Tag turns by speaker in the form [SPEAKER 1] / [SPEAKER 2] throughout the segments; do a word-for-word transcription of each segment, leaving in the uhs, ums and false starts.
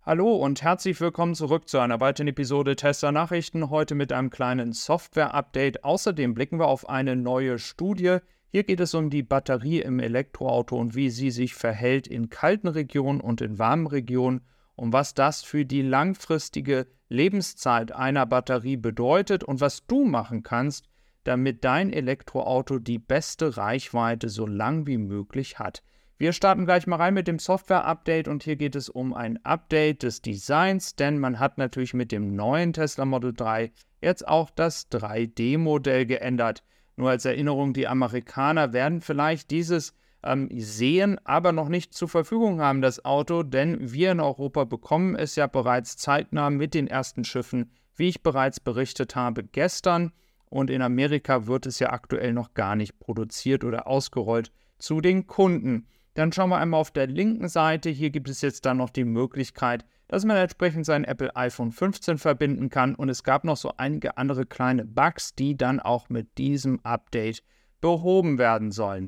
[SPEAKER 1] Hallo und herzlich willkommen zurück zu einer weiteren Episode Tesla Nachrichten, heute mit einem kleinen Software-Update. Außerdem blicken wir auf eine neue Studie. Hier geht es um die Batterie im Elektroauto und wie sie sich verhält in kalten Regionen und in warmen Regionen und was das für die langfristige Lebenszeit einer Batterie bedeutet und was du machen kannst, damit dein Elektroauto die beste Reichweite so lang wie möglich hat. Wir starten gleich mal rein mit dem Software-Update und hier geht es um ein Update des Designs, denn man hat natürlich mit dem neuen Tesla Model drei jetzt auch das drei D Modell geändert. Nur als Erinnerung, die Amerikaner werden vielleicht dieses ähm, sehen, aber noch nicht zur Verfügung haben, das Auto, denn wir in Europa bekommen es ja bereits zeitnah mit den ersten Schiffen, wie ich bereits berichtet habe, gestern. Und in Amerika wird es ja aktuell noch gar nicht produziert oder ausgerollt zu den Kunden. Dann schauen wir einmal auf der linken Seite. Hier gibt es jetzt dann noch die Möglichkeit, dass man entsprechend sein Apple iPhone fünfzehn verbinden kann. Und es gab noch so einige andere kleine Bugs, die dann auch mit diesem Update behoben werden sollen.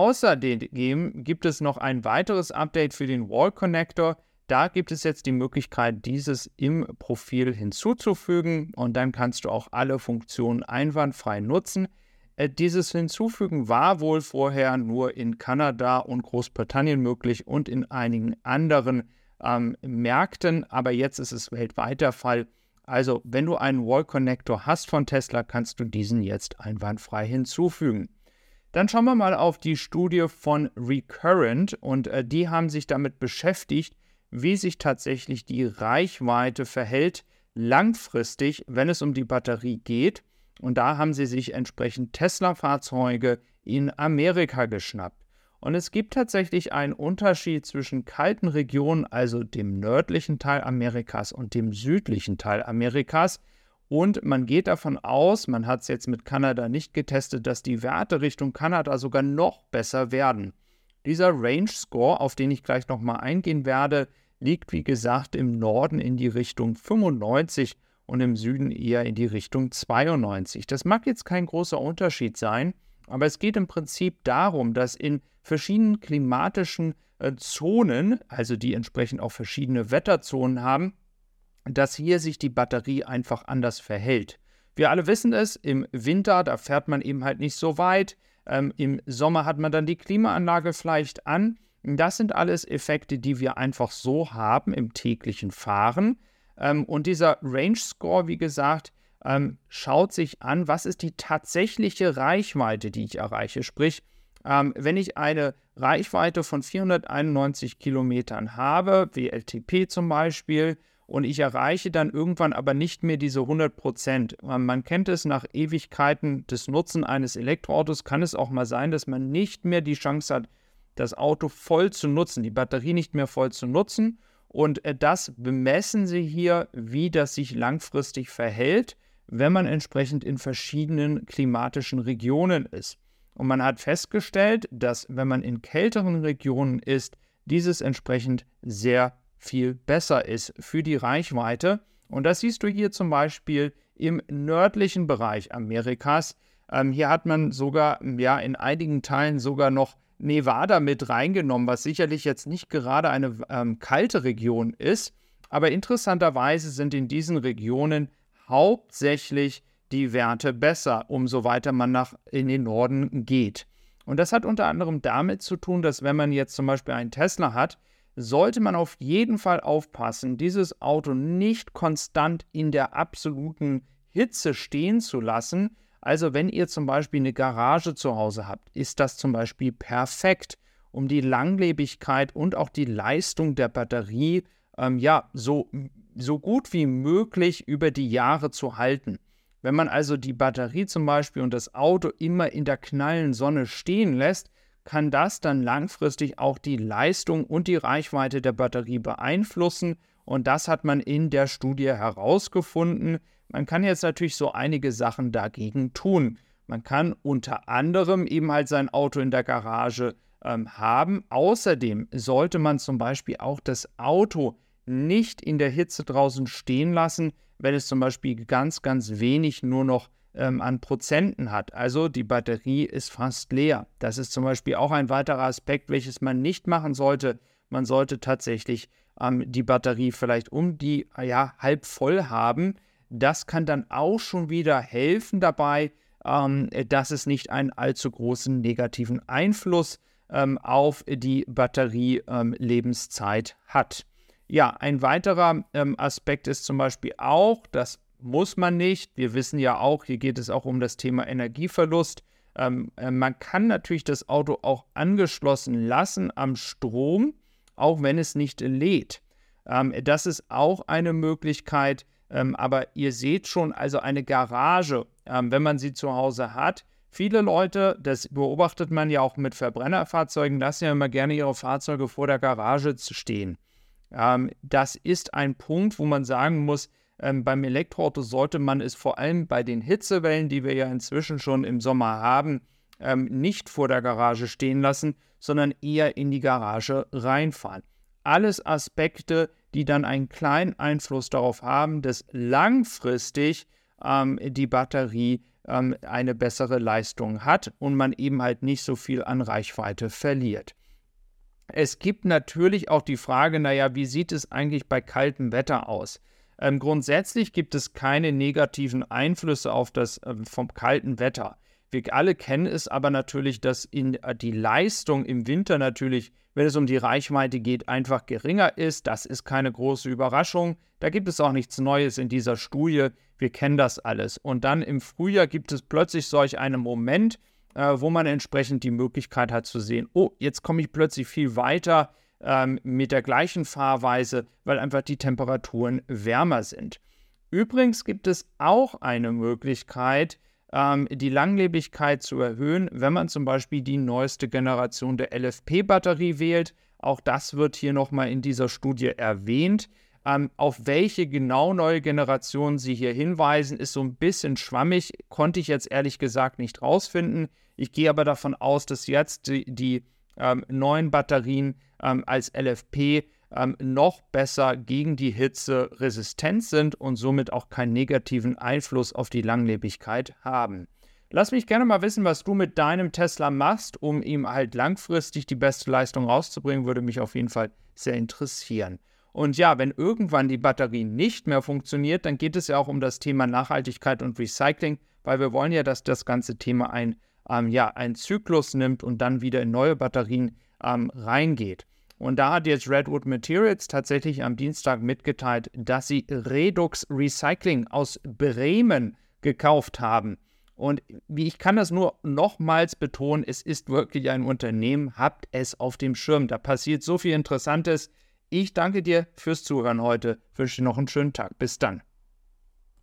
[SPEAKER 1] Außerdem gibt es noch ein weiteres Update für den Wall Connector. Da gibt es jetzt die Möglichkeit, dieses im Profil hinzuzufügen. Und dann kannst du auch alle Funktionen einwandfrei nutzen. Dieses Hinzufügen war wohl vorher nur in Kanada und Großbritannien möglich und in einigen anderen ähm, Märkten, aber jetzt ist es weltweit der Fall. Also, wenn du einen Wall Connector hast von Tesla, kannst du diesen jetzt einwandfrei hinzufügen. Dann schauen wir mal auf die Studie von Recurrent und äh, die haben sich damit beschäftigt, wie sich tatsächlich die Reichweite verhält langfristig, wenn es um die Batterie geht. Und da haben sie sich entsprechend Tesla-Fahrzeuge in Amerika geschnappt. Und es gibt tatsächlich einen Unterschied zwischen kalten Regionen, also dem nördlichen Teil Amerikas und dem südlichen Teil Amerikas. Und man geht davon aus, man hat es jetzt mit Kanada nicht getestet, dass die Werte Richtung Kanada sogar noch besser werden. Dieser Range Score, auf den ich gleich nochmal eingehen werde, liegt wie gesagt im Norden in die Richtung fünfundneunzig und im Süden eher in die Richtung zweiundneunzig. Das mag jetzt kein großer Unterschied sein, aber es geht im Prinzip darum, dass in verschiedenen klimatischen äh, Zonen, also die entsprechend auch verschiedene Wetterzonen haben, dass hier sich die Batterie einfach anders verhält. Wir alle wissen es, im Winter, da fährt man eben halt nicht so weit, ähm, im Sommer hat man dann die Klimaanlage vielleicht an. Das sind alles Effekte, die wir einfach so haben im täglichen Fahren. Ähm, und dieser Range Score, wie gesagt, ähm, schaut sich an, was ist die tatsächliche Reichweite, die ich erreiche. Sprich, ähm, wenn ich eine Reichweite von vierhunderteinundneunzig Kilometern habe, W L T P zum Beispiel, und ich erreiche dann irgendwann aber nicht mehr diese hundert Prozent. Man kennt es, nach Ewigkeiten des Nutzen eines Elektroautos kann es auch mal sein, dass man nicht mehr die Chance hat, das Auto voll zu nutzen, die Batterie nicht mehr voll zu nutzen. Und das bemessen sie hier, wie das sich langfristig verhält, wenn man entsprechend in verschiedenen klimatischen Regionen ist. Und man hat festgestellt, dass wenn man in kälteren Regionen ist, dieses entsprechend sehr viel besser ist für die Reichweite. Und das siehst du hier zum Beispiel im nördlichen Bereich Amerikas. Ähm, hier hat man sogar ja, in einigen Teilen sogar noch Nevada mit reingenommen, was sicherlich jetzt nicht gerade eine ähm, kalte Region ist, aber interessanterweise sind in diesen Regionen hauptsächlich die Werte besser, umso weiter man nach in den Norden geht. Und das hat unter anderem damit zu tun, dass wenn man jetzt zum Beispiel einen Tesla hat, sollte man auf jeden Fall aufpassen, dieses Auto nicht konstant in der absoluten Hitze stehen zu lassen. Also wenn ihr zum Beispiel eine Garage zu Hause habt, ist das zum Beispiel perfekt, um die Langlebigkeit und auch die Leistung der Batterie ähm, ja, so, so gut wie möglich über die Jahre zu halten. Wenn man also die Batterie zum Beispiel und das Auto immer in der knallen Sonne stehen lässt, kann das dann langfristig auch die Leistung und die Reichweite der Batterie beeinflussen. Und das hat man in der Studie herausgefunden. Man kann jetzt natürlich so einige Sachen dagegen tun. Man kann unter anderem eben halt sein Auto in der Garage ähm, haben. Außerdem sollte man zum Beispiel auch das Auto nicht in der Hitze draußen stehen lassen, wenn es zum Beispiel ganz, ganz wenig nur noch ähm, an Prozenten hat. Also die Batterie ist fast leer. Das ist zum Beispiel auch ein weiterer Aspekt, welches man nicht machen sollte. Man sollte tatsächlich ähm, die Batterie vielleicht um die ja, halb voll haben. Das kann dann auch schon wieder helfen dabei, ähm, dass es nicht einen allzu großen negativen Einfluss ähm, auf die Batterielebenszeit ähm, hat. Ja, ein weiterer ähm, Aspekt ist zum Beispiel auch, das muss man nicht, wir wissen ja auch, hier geht es auch um das Thema Energieverlust. Ähm, äh, man kann natürlich das Auto auch angeschlossen lassen am Strom, auch wenn es nicht lädt. Ähm, das ist auch eine Möglichkeit, ähm, aber ihr seht schon, also eine Garage, ähm, wenn man sie zu Hause hat. Viele Leute, das beobachtet man ja auch mit Verbrennerfahrzeugen, lassen ja immer gerne ihre Fahrzeuge vor der Garage stehen. Ähm, das ist ein Punkt, wo man sagen muss, ähm, beim Elektroauto sollte man es vor allem bei den Hitzewellen, die wir ja inzwischen schon im Sommer haben, ähm, nicht vor der Garage stehen lassen, sondern eher in die Garage reinfahren. Alles Aspekte, die dann einen kleinen Einfluss darauf haben, dass langfristig ähm, die Batterie ähm, eine bessere Leistung hat und man eben halt nicht so viel an Reichweite verliert. Es gibt natürlich auch die Frage, naja, wie sieht es eigentlich bei kaltem Wetter aus? Ähm, grundsätzlich gibt es keine negativen Einflüsse auf das äh, vom kalten Wetter. Wir alle kennen es aber natürlich, dass in, äh, die Leistung im Winter natürlich, wenn es um die Reichweite geht, einfach geringer ist. Das ist keine große Überraschung. Da gibt es auch nichts Neues in dieser Studie. Wir kennen das alles. Und dann im Frühjahr gibt es plötzlich solch einen Moment, äh, wo man entsprechend die Möglichkeit hat zu sehen, oh, jetzt komme ich plötzlich viel weiter ähm, mit der gleichen Fahrweise, weil einfach die Temperaturen wärmer sind. Übrigens gibt es auch eine Möglichkeit, ähm, die Langlebigkeit zu erhöhen, wenn man zum Beispiel die neueste Generation der L F P-Batterie wählt. Auch das wird hier nochmal in dieser Studie erwähnt. Ähm, auf welche genau neue Generation sie hier hinweisen, ist so ein bisschen schwammig, konnte ich jetzt ehrlich gesagt nicht rausfinden. Ich gehe aber davon aus, dass jetzt die, die ähm, neuen Batterien ähm, als L F P ähm, noch besser gegen die Hitze resistent sind und somit auch keinen negativen Einfluss auf die Langlebigkeit haben. Lass mich gerne mal wissen, was du mit deinem Tesla machst, um ihm halt langfristig die beste Leistung rauszubringen, würde mich auf jeden Fall sehr interessieren. Und ja, wenn irgendwann die Batterie nicht mehr funktioniert, dann geht es ja auch um das Thema Nachhaltigkeit und Recycling, weil wir wollen ja, dass das ganze Thema ein, ähm, ja, einen Zyklus nimmt und dann wieder in neue Batterien ähm, reingeht. Und da hat jetzt Redwood Materials tatsächlich am Dienstag mitgeteilt, dass sie Redux Recycling aus Bremen gekauft haben. Und wie ich kann das nur nochmals betonen, es ist wirklich ein Unternehmen, habt es auf dem Schirm. Da passiert so viel Interessantes. Ich danke dir fürs Zuhören heute, wünsche dir noch einen schönen Tag. Bis dann.